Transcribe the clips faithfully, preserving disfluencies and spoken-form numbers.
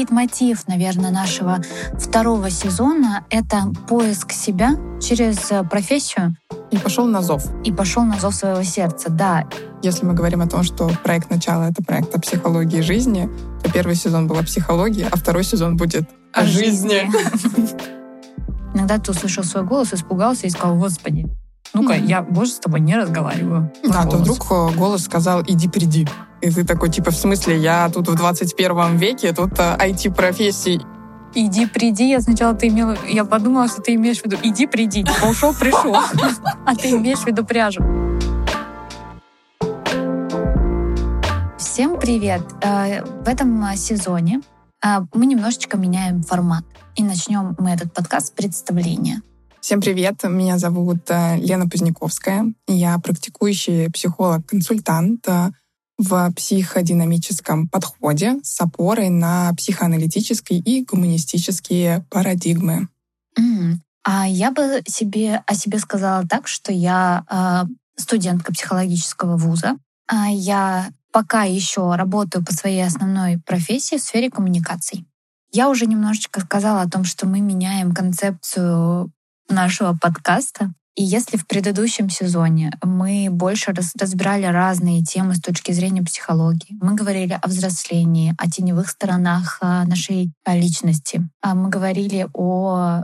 лейтмотив, наверное, нашего второго сезона — это поиск себя через профессию. И пошел на зов. И пошел на зов своего сердца, да. Если мы говорим о том, что проект «Начало» — это проект о психологии жизни, то первый сезон был о психологии, а второй сезон будет о, о жизни. Иногда ты услышал свой голос, испугался и сказал: «Господи, ну-ка, mm-hmm. я больше с тобой не разговариваю». Да, то вдруг голос сказал: «Иди, приди». И ты такой, типа, в смысле, я тут в двадцать первом веке, тут ай ти-профессии. Иди, приди. Я сначала ты имела... Я подумала, что ты имеешь в виду иди, приди. Типа ушел, пришел. А ты имеешь в виду пряжу. Всем привет. В этом сезоне мы немножечко меняем формат. И начнем мы этот подкаст с представления. Всем привет. Меня зовут Лена Поздняковская. Я практикующий психолог-консультант в психодинамическом подходе с опорой на психоаналитические и гуманистические парадигмы. Mm. А я бы себе, о себе сказала так, что я э, студентка психологического вуза. А я пока еще работаю по своей основной профессии в сфере коммуникаций. Я уже немножечко сказала о том, что мы меняем концепцию нашего подкаста. И если в предыдущем сезоне мы больше разбирали разные темы с точки зрения психологии, мы говорили о взрослении, о теневых сторонах нашей личности, мы говорили о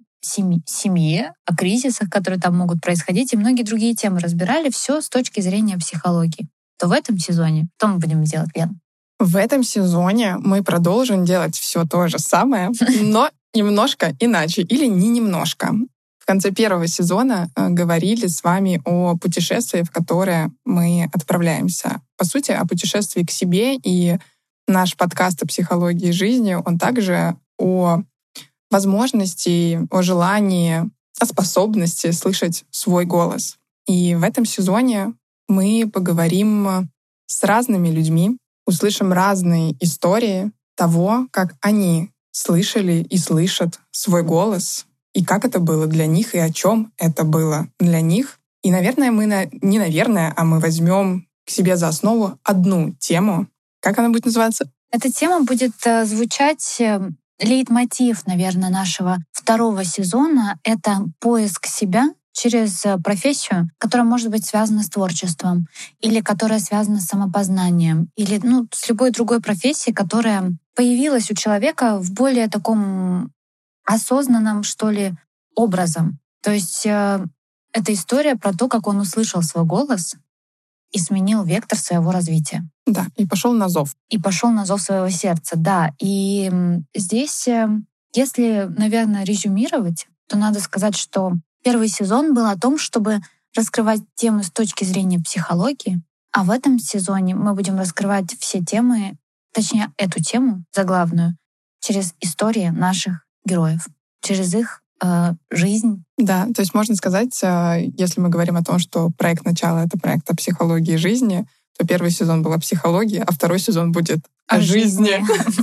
семье, о кризисах, которые там могут происходить, и многие другие темы разбирали, все с точки зрения психологии, то в этом сезоне что мы будем делать, Лен? В этом сезоне мы продолжим делать все то же самое, но немножко иначе или не немножко. В конце первого сезона говорили с вами о путешествии, в которое мы отправляемся. По сути, о путешествии к себе, и наш подкаст о психологии жизни, он также о возможности, о желании, о способности слышать свой голос. И в этом сезоне мы поговорим с разными людьми, услышим разные истории того, как они слышали и слышат свой голос, и как это было для них, и о чем это было для них. И, наверное, мы, на... не наверное, а мы возьмем к себе за основу одну тему. Как она будет называться? Эта тема будет звучать, лейтмотив, наверное, нашего второго сезона — это поиск себя через профессию, которая может быть связана с творчеством, или которая связана с самопознанием, или ну, с любой другой профессией, которая появилась у человека в более таком осознанным, что ли, образом. То есть э, это история про то, как он услышал свой голос и сменил вектор своего развития. Да, и пошел на зов. И пошел на зов своего сердца, да. И э, здесь, э, если, наверное, резюмировать, то надо сказать, что первый сезон был о том, чтобы раскрывать темы с точки зрения психологии, а в этом сезоне мы будем раскрывать все темы, точнее, эту тему заглавную, через истории наших героев, через их э, жизнь. Да, то есть можно сказать, если мы говорим о том, что проект «Начало» — это проект о психологии жизни, то первый сезон был о психологии, а второй сезон будет о, о жизни.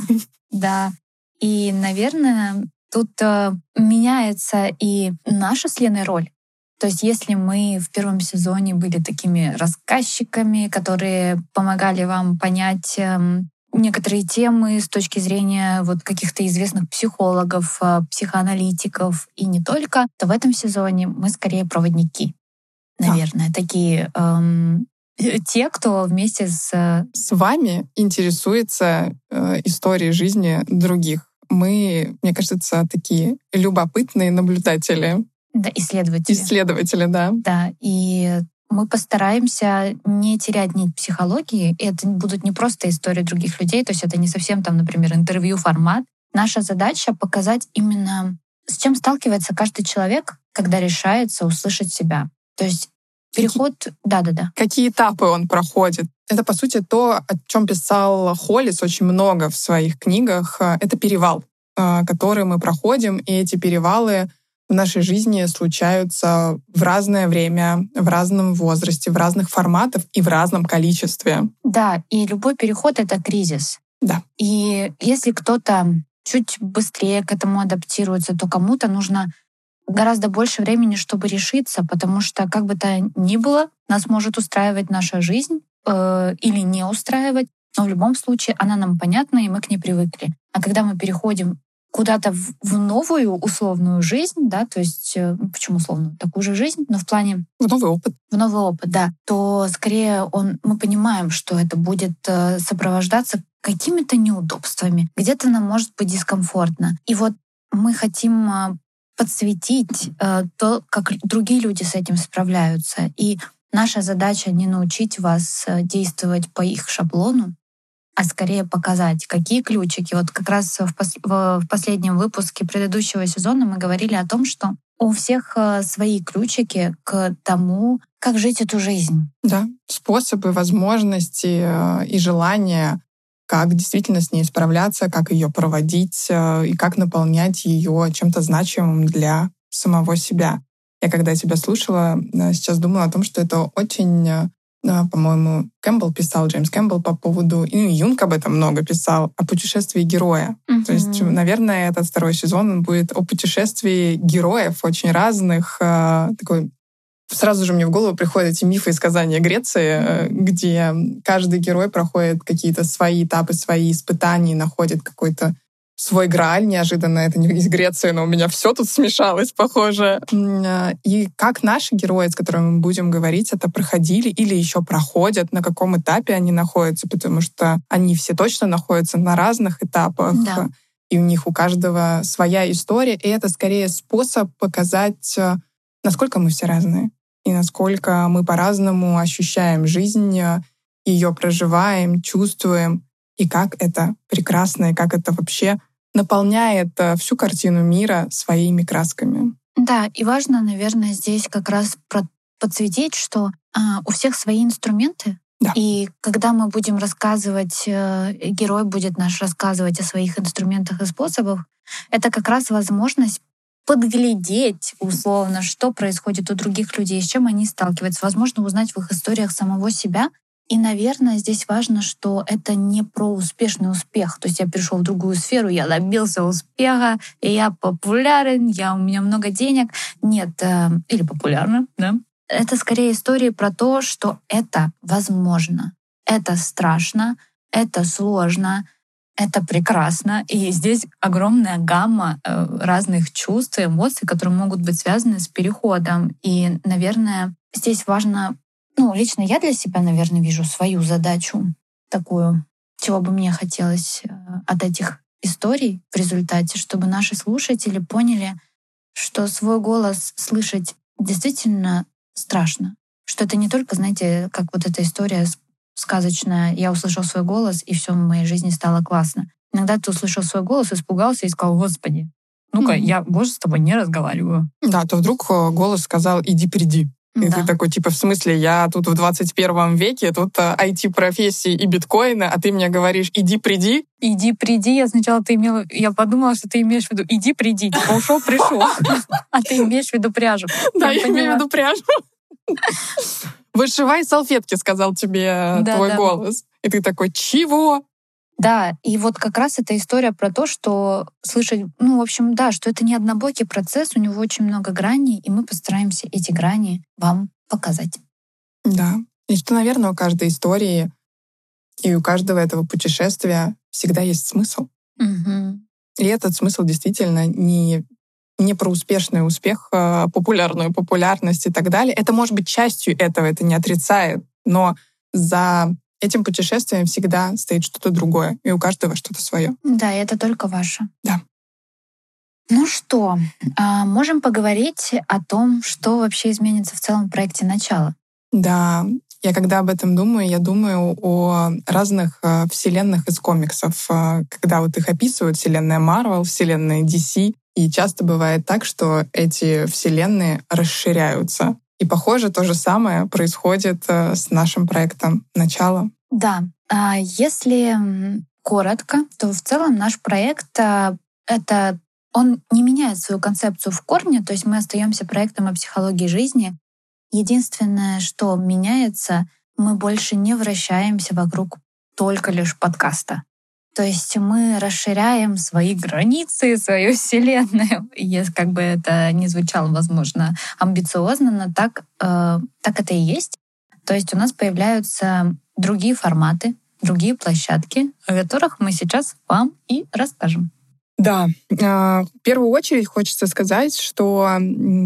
Да. И, наверное, тут э, меняется и наша с Леной роль. То есть если мы в первом сезоне были такими рассказчиками, которые помогали вам понять э, некоторые темы с точки зрения вот каких-то известных психологов, психоаналитиков и не только, то в этом сезоне мы скорее проводники, наверное, да. Такие эм, те, кто вместе с... С вами интересуется э, историей жизни других. Мы, мне кажется, такие любопытные наблюдатели. Да, исследователи. Исследователи, да. Да, и мы постараемся не терять нить психологии. И это будут не просто истории других людей, то есть это не совсем там, например, интервью-формат. Наша задача — показать именно, с чем сталкивается каждый человек, когда решается услышать себя. То есть переход... Да-да-да. Какие этапы он проходит. Это, по сути, то, о чем писал Холлис очень много в своих книгах. Это перевал, который мы проходим, и эти перевалы в нашей жизни случаются в разное время, в разном возрасте, в разных форматах и в разном количестве. Да, и любой переход — это кризис. Да. И если кто-то чуть быстрее к этому адаптируется, то кому-то нужно гораздо больше времени, чтобы решиться, потому что, как бы то ни было, нас может устраивать наша жизнь э, или не устраивать. но в любом случае она нам понятна, и мы к ней привыкли. А когда мы переходим куда-то в, в новую условную жизнь, да, то есть, ну, почему условную? Такую же жизнь, но в плане... В новый опыт. В новый опыт, да. То скорее он, мы понимаем, что это будет сопровождаться какими-то неудобствами. Где-то нам может быть дискомфортно. И вот мы хотим подсветить то, как другие люди с этим справляются. И наша задача не научить вас действовать по их шаблону, а скорее показать, какие ключики. Вот как раз в, пос- в последнем выпуске предыдущего сезона мы говорили о том, что у всех свои ключики к тому, как жить эту жизнь. Да, способы, возможности и желания, как действительно с ней справляться, как ее проводить и как наполнять ее чем-то значимым для самого себя. Я когда тебя слушала, сейчас думала о том, что это очень... Да, по-моему, Кэмпбелл писал, Джеймс Кэмпбелл по поводу... И Юнг об этом много писал, о путешествии героя. Mm-hmm. То есть, наверное, этот второй сезон он будет о путешествии героев очень разных. Такой... Сразу же мне в голову приходят эти мифы и сказания Греции, mm-hmm. где каждый герой проходит какие-то свои этапы, свои испытания, находит какой-то свой Грааль неожиданно. Это не из Греции, но у меня все тут смешалось, похоже. И как наши герои, с которыми мы будем говорить, это проходили или еще проходят, на каком этапе они находятся, потому что они все точно находятся на разных этапах. Да. И у них у каждого своя история. И это скорее способ показать, насколько мы все разные. И насколько мы по-разному ощущаем жизнь, ее проживаем, чувствуем. И как это прекрасно, и как это вообще наполняет всю картину мира своими красками. Да, и важно, наверное, здесь как раз подсветить, что а, у всех свои инструменты. Да. И когда мы будем рассказывать, герой будет наш рассказывать о своих инструментах и способах, это как раз возможность подглядеть, условно, что происходит у других людей, с чем они сталкиваются, возможно, узнать в их историях самого себя. И, наверное, здесь важно, что это не про успешный успех. То есть я перешел в другую сферу, я добился успеха, и я популярен, я, у меня много денег. Нет, э, или популярно, да. Это скорее история про то, что это возможно, это страшно, это сложно, это прекрасно. И здесь огромная гамма э, разных чувств и эмоций, которые могут быть связаны с переходом. И, наверное, здесь важно... Ну, лично я для себя, наверное, вижу свою задачу такую, чего бы мне хотелось от этих историй в результате, чтобы наши слушатели поняли, что свой голос слышать действительно страшно. Что это не только, знаете, как вот эта история сказочная, я услышал свой голос, и все в моей жизни стало классно. Иногда ты услышал свой голос, испугался и сказал: «Господи, ну-ка, mm-hmm. я больше с тобой не разговариваю». Да, то вдруг голос сказал: «Иди, приди». И да. Ты такой, типа, в смысле, я тут в двадцать первом веке, тут ай ти-профессии и биткоины, а ты мне говоришь: иди, приди. Иди, приди. Я сначала ты имела... Я подумала, что ты имеешь в виду иди, приди. Типа ушел, пришел. А ты имеешь в виду пряжу. Да, я имею в виду пряжу. Вышивай салфетки, сказал тебе твой голос. И ты такой: чего? Да, и вот как раз эта история про то, что слышать, ну, в общем, да, что это не однобокий процесс, у него очень много граней, и мы постараемся эти грани вам показать. Да, и что, наверное, у каждой истории и у каждого этого путешествия всегда есть смысл. Угу. И этот смысл действительно не, не про успешный успех, а популярную популярность и так далее. Это может быть частью этого, это не отрицает, но за... этим путешествием всегда стоит что-то другое, и у каждого что-то свое. Да, и это только ваше. Да. Ну что, можем поговорить о том, что вообще изменится в целом в проекте «Начало». Да, я когда об этом думаю, я думаю о разных вселенных из комиксов, когда вот их описывают: вселенная Marvel, вселенная ди си, и часто бывает так, что эти вселенные расширяются. И, похоже, то же самое происходит с нашим проектом «Начало». Да. Если коротко, то в целом наш проект — это... Он не меняет свою концепцию в корне, то есть мы остаемся проектом о психологии жизни. Единственное, что меняется, мы больше не вращаемся вокруг только лишь подкаста. То есть мы расширяем свои границы, свою вселенную. Если как бы это не звучало, возможно, амбициозно, но так, э, так это и есть. То есть у нас появляются другие форматы, другие площадки, о которых мы сейчас вам и расскажем. Да, в первую очередь хочется сказать, что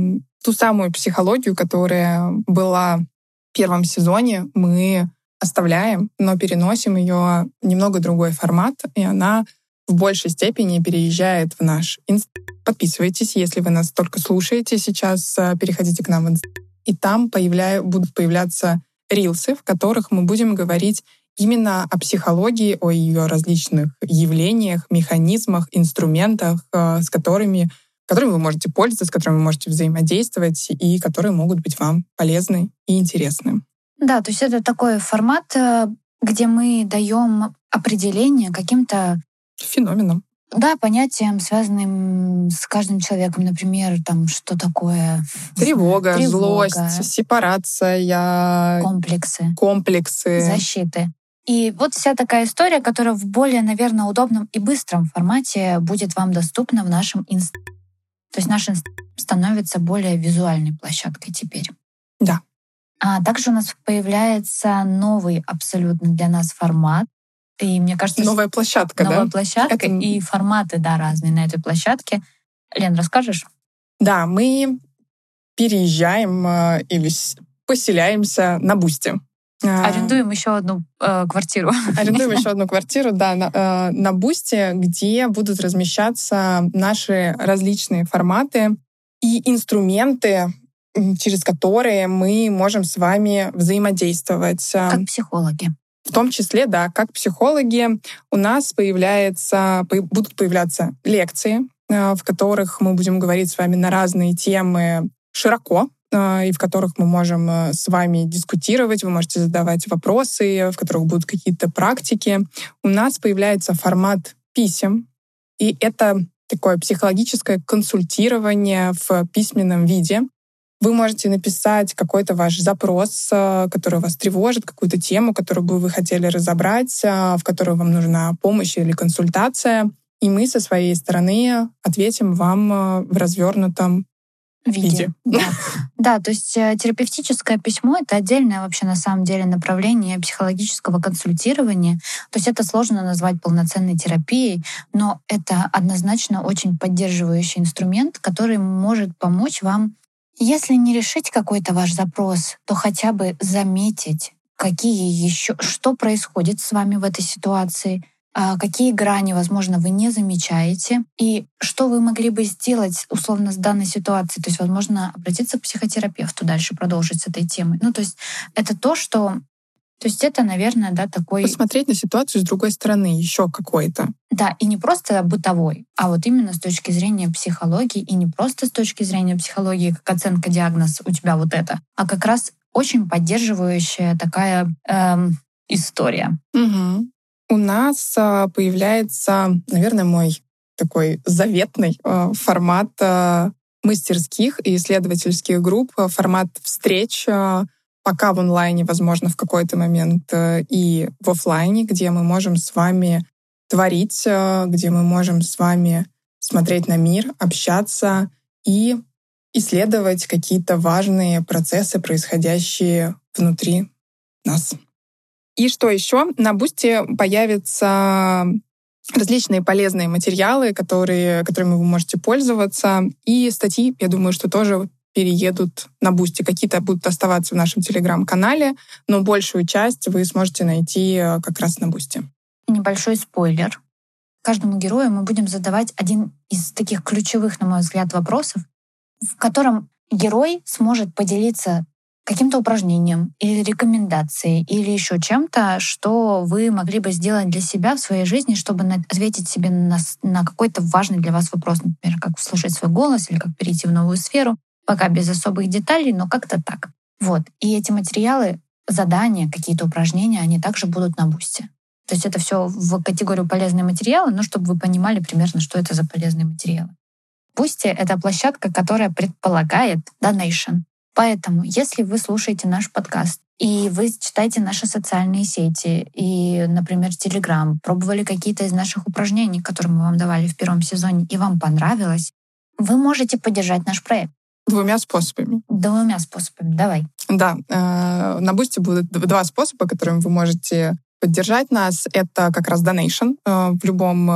ту самую психологию, которая была в первом сезоне, мы оставляем, но переносим ее в немного другой формат, и она в большей степени переезжает в наш инст. Подписывайтесь, если вы нас только слушаете сейчас, переходите к нам в инст. И там появля... будут появляться рилсы, в которых мы будем говорить именно о психологии, о ее различных явлениях, механизмах, инструментах, с которыми, которыми вы можете пользоваться, с которыми вы можете взаимодействовать и которые могут быть вам полезны и интересны. Да, то есть это такой формат, где мы даем определение каким-то феноменам. Да, понятиям, связанным с каждым человеком. Например, там, что такое тревога, тревога, злость, сепарация, комплексы, комплексы, защиты. И вот вся такая история, которая в более, наверное, удобном и быстром формате будет вам доступна в нашем инст. То есть наш инст становится более визуальной площадкой теперь. Да. А также у нас появляется новый абсолютно для нас формат. И мне кажется, новая площадка, новая да? площадка Это... и форматы, да, разные на этой площадке. Лен, расскажешь? Да, мы переезжаем э, или поселяемся на Бусти. Арендуем еще одну э, квартиру. Арендуем еще одну квартиру, да, на, э, на Бусти, где будут размещаться наши различные форматы и инструменты, через которые мы можем с вами взаимодействовать. Как психологи. В том числе, да, как психологи у нас появляется, будут появляться лекции, в которых мы будем говорить с вами на разные темы широко, и в которых мы можем с вами дискутировать, вы можете задавать вопросы, в которых будут какие-то практики. У нас появляется формат писем, и это такое психологическое консультирование в письменном виде. Вы можете написать какой-то ваш запрос, который вас тревожит, какую-то тему, которую бы вы хотели разобрать, в которой вам нужна помощь или консультация. И мы со своей стороны ответим вам в развернутом виде. виде. Да. Да, то есть терапевтическое письмо — это отдельное вообще на самом деле направление психологического консультирования. То есть это сложно назвать полноценной терапией, но это однозначно очень поддерживающий инструмент, который может помочь вам, если не решить какой-то ваш запрос, то хотя бы заметить, какие еще, что происходит с вами в этой ситуации, какие грани, возможно, вы не замечаете, и что вы могли бы сделать условно с данной ситуацией. То есть, возможно, обратиться к психотерапевту, дальше продолжить с этой темой. Ну, то есть это то, что... То есть это, наверное, да, такой... Посмотреть на ситуацию с другой стороны, еще какой-то. Да, и не просто бытовой, а вот именно с точки зрения психологии, и не просто с точки зрения психологии, как оценка, диагноз у тебя вот это, а как раз очень поддерживающая такая эм, история. Угу. У нас э, появляется, наверное, мой такой заветный э, формат э, мастерских и исследовательских групп, э, формат встреч, э, пока в онлайне, возможно, в какой-то момент и в офлайне, где мы можем с вами творить, где мы можем с вами смотреть на мир, общаться и исследовать какие-то важные процессы, происходящие внутри нас. И что еще? На Бусти появятся различные полезные материалы, которые, которыми вы можете пользоваться, и статьи, я думаю, что тоже переедут на Бусти. Какие-то будут оставаться в нашем Телеграм-канале, но большую часть вы сможете найти как раз на Бусти. Небольшой спойлер. Каждому герою мы будем задавать один из таких ключевых, на мой взгляд, вопросов, в котором герой сможет поделиться каким-то упражнением или рекомендацией, или еще чем-то, что вы могли бы сделать для себя в своей жизни, чтобы ответить себе на, на какой-то важный для вас вопрос, например, как услышать свой голос или как перейти в новую сферу. Пока без особых деталей, но как-то так. Вот. И эти материалы, задания, какие-то упражнения, они также будут на Бусти. То есть это все в категорию полезные материалы, но чтобы вы понимали примерно, что это за полезные материалы. Бусти — это площадка, которая предполагает донейшн. Поэтому, если вы слушаете наш подкаст, и вы читаете наши социальные сети, и, например, Телеграм, пробовали какие-то из наших упражнений, которые мы вам давали в первом сезоне, и вам понравилось, вы можете поддержать наш проект. Двумя способами. Двумя способами. Давай. Да. Э, на Бусти будут два способа, которыми вы можете поддержать нас. Это как раз донейшн в любом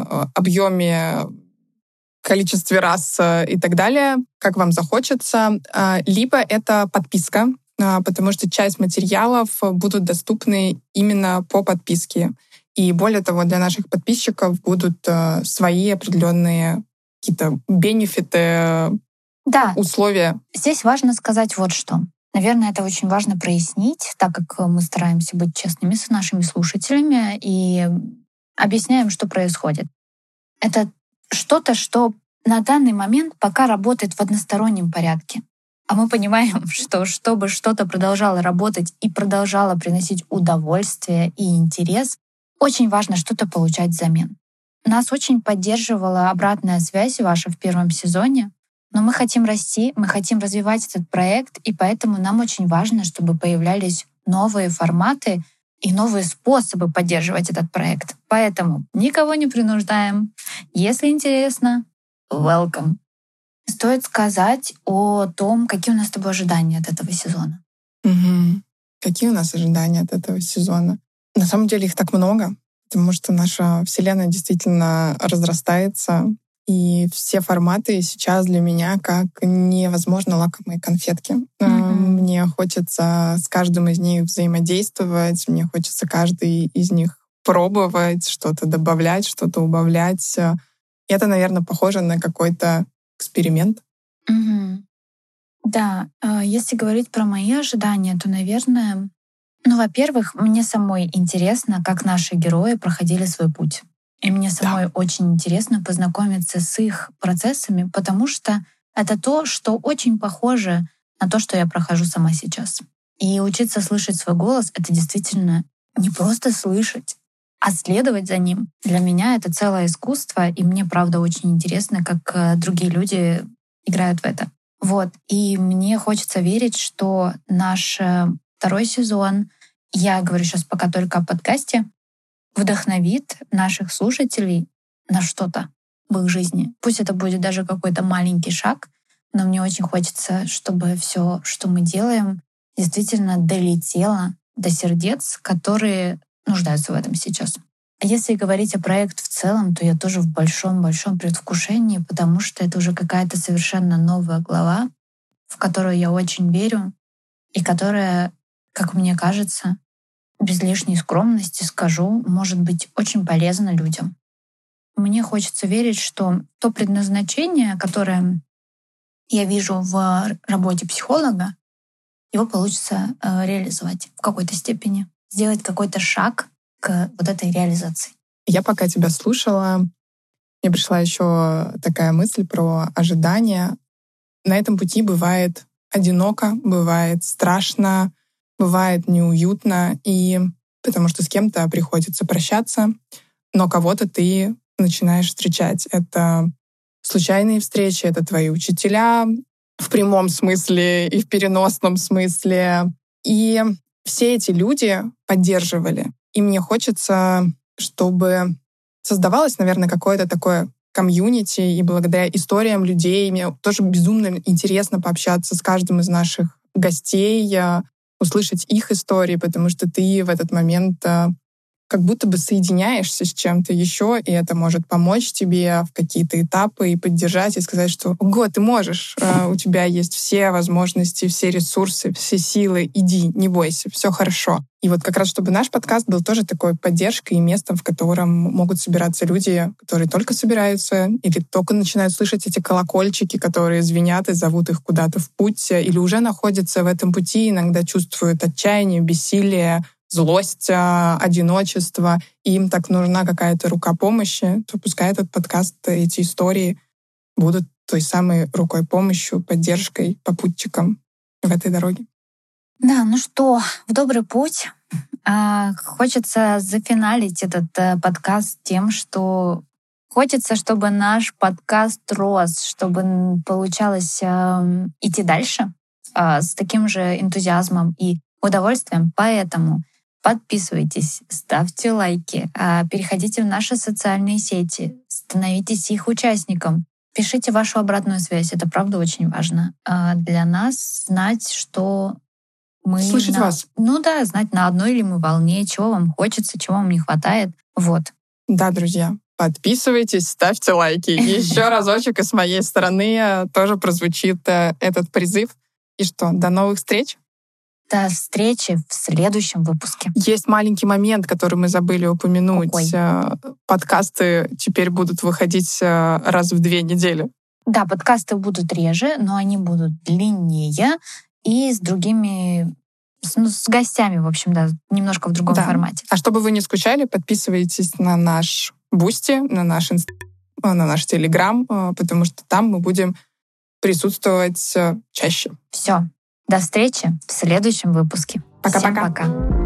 объеме, количестве раз и так далее, как вам захочется. Либо это подписка, потому что часть материалов будут доступны именно по подписке. И более того, для наших подписчиков будут свои определенные какие-то бенефиты, да. условия. Здесь важно сказать вот что. Наверное, это очень важно прояснить, так как мы стараемся быть честными с нашими слушателями и объясняем, что происходит. Это что-то, что на данный момент пока работает в одностороннем порядке. А мы понимаем, что чтобы что-то продолжало работать и продолжало приносить удовольствие и интерес, очень важно что-то получать взамен. Нас очень поддерживала обратная связь ваша в первом сезоне, но мы хотим расти, мы хотим развивать этот проект, и поэтому нам очень важно, чтобы появлялись новые форматы и новые способы поддерживать этот проект. Поэтому никого не принуждаем. Если интересно, welcome. Стоит сказать о том, какие у нас с тобой ожидания от этого сезона. Угу. Какие у нас ожидания от этого сезона? На самом деле их так много, потому что наша вселенная действительно разрастается, и все форматы сейчас для меня как невозможно лакомые конфетки. Mm-hmm. Мне хочется с каждым из них взаимодействовать, мне хочется каждый из них пробовать, что-то добавлять, что-то убавлять. И это, наверное, похоже на какой-то эксперимент. Mm-hmm. Да, если говорить про мои ожидания, то, наверное, ну, во-первых, мне самой интересно, как наши герои проходили свой путь. И мне самой да. очень интересно познакомиться с их процессами, потому что это то, что очень похоже на то, что я прохожу сама сейчас. И учиться слышать свой голос — это действительно не просто слышать, а следовать за ним. Для меня это целое искусство, и мне, правда, очень интересно, как другие люди играют в это. Вот. И мне хочется верить, что наш второй сезон, я говорю сейчас пока только о подкасте, вдохновит наших слушателей на что-то в их жизни. Пусть это будет даже какой-то маленький шаг, но мне очень хочется, чтобы все, что мы делаем, действительно долетело до сердец, которые нуждаются в этом сейчас. А если говорить о проекте в целом, то я тоже в большом-большом предвкушении, потому что это уже какая-то совершенно новая глава, в которую я очень верю, и которая, как мне кажется, без лишней скромности скажу, может быть очень полезно людям. Мне хочется верить, что то предназначение, которое я вижу в работе психолога, его получится реализовать в какой-то степени, сделать какой-то шаг к вот этой реализации. Я пока тебя слушала, мне пришла еще такая мысль про ожидания. На этом пути бывает одиноко, бывает страшно, бывает неуютно, и потому что с кем-то приходится прощаться, но кого-то ты начинаешь встречать. Это случайные встречи, это твои учителя в прямом смысле и в переносном смысле. И все эти люди поддерживали. И мне хочется, чтобы создавалось, наверное, какое-то такое комьюнити, и благодаря историям людей мне тоже безумно интересно пообщаться с каждым из наших гостей, услышать их истории, потому что ты в этот момент как будто бы соединяешься с чем-то еще, и это может помочь тебе в какие-то этапы и поддержать, и сказать, что «Ого, ты можешь, у тебя есть все возможности, все ресурсы, все силы, иди, не бойся, все хорошо». И вот как раз, чтобы наш подкаст был тоже такой поддержкой и местом, в котором могут собираться люди, которые только собираются или только начинают слышать эти колокольчики, которые звенят и зовут их куда-то в путь, или уже находятся в этом пути, иногда чувствуют отчаяние, бессилие, злость, одиночество, и им так нужна какая-то рука помощи, то пускай этот подкаст, эти истории будут той самой рукой помощи, поддержкой, попутчиком в этой дороге. Да, ну что, в добрый путь. Хочется зафиналить этот подкаст тем, что хочется, чтобы наш подкаст рос, чтобы получалось идти дальше с таким же энтузиазмом и удовольствием. Поэтому подписывайтесь, ставьте лайки, переходите в наши социальные сети, становитесь их участником, пишите вашу обратную связь. Это правда очень важно для нас знать, что Мы слышать на... вас. Ну да, знать, на одной ли мы волне, чего вам хочется, чего вам не хватает. Вот. Да, друзья, подписывайтесь, ставьте лайки. Еще разочек и с моей стороны тоже прозвучит этот призыв. И что, до новых встреч? До встречи в следующем выпуске. Есть маленький момент, который мы забыли упомянуть. Какой? Подкасты теперь будут выходить раз в две недели. Да, подкасты будут реже, но они будут длиннее и с другими, с, ну, с гостями, в общем, да, немножко в другом да. формате. А чтобы вы не скучали, подписывайтесь на наш Бусти, на наш инст... на наш Телеграм, потому что там мы будем присутствовать чаще. Все. До встречи в следующем выпуске. Пока-пока. Всем пока.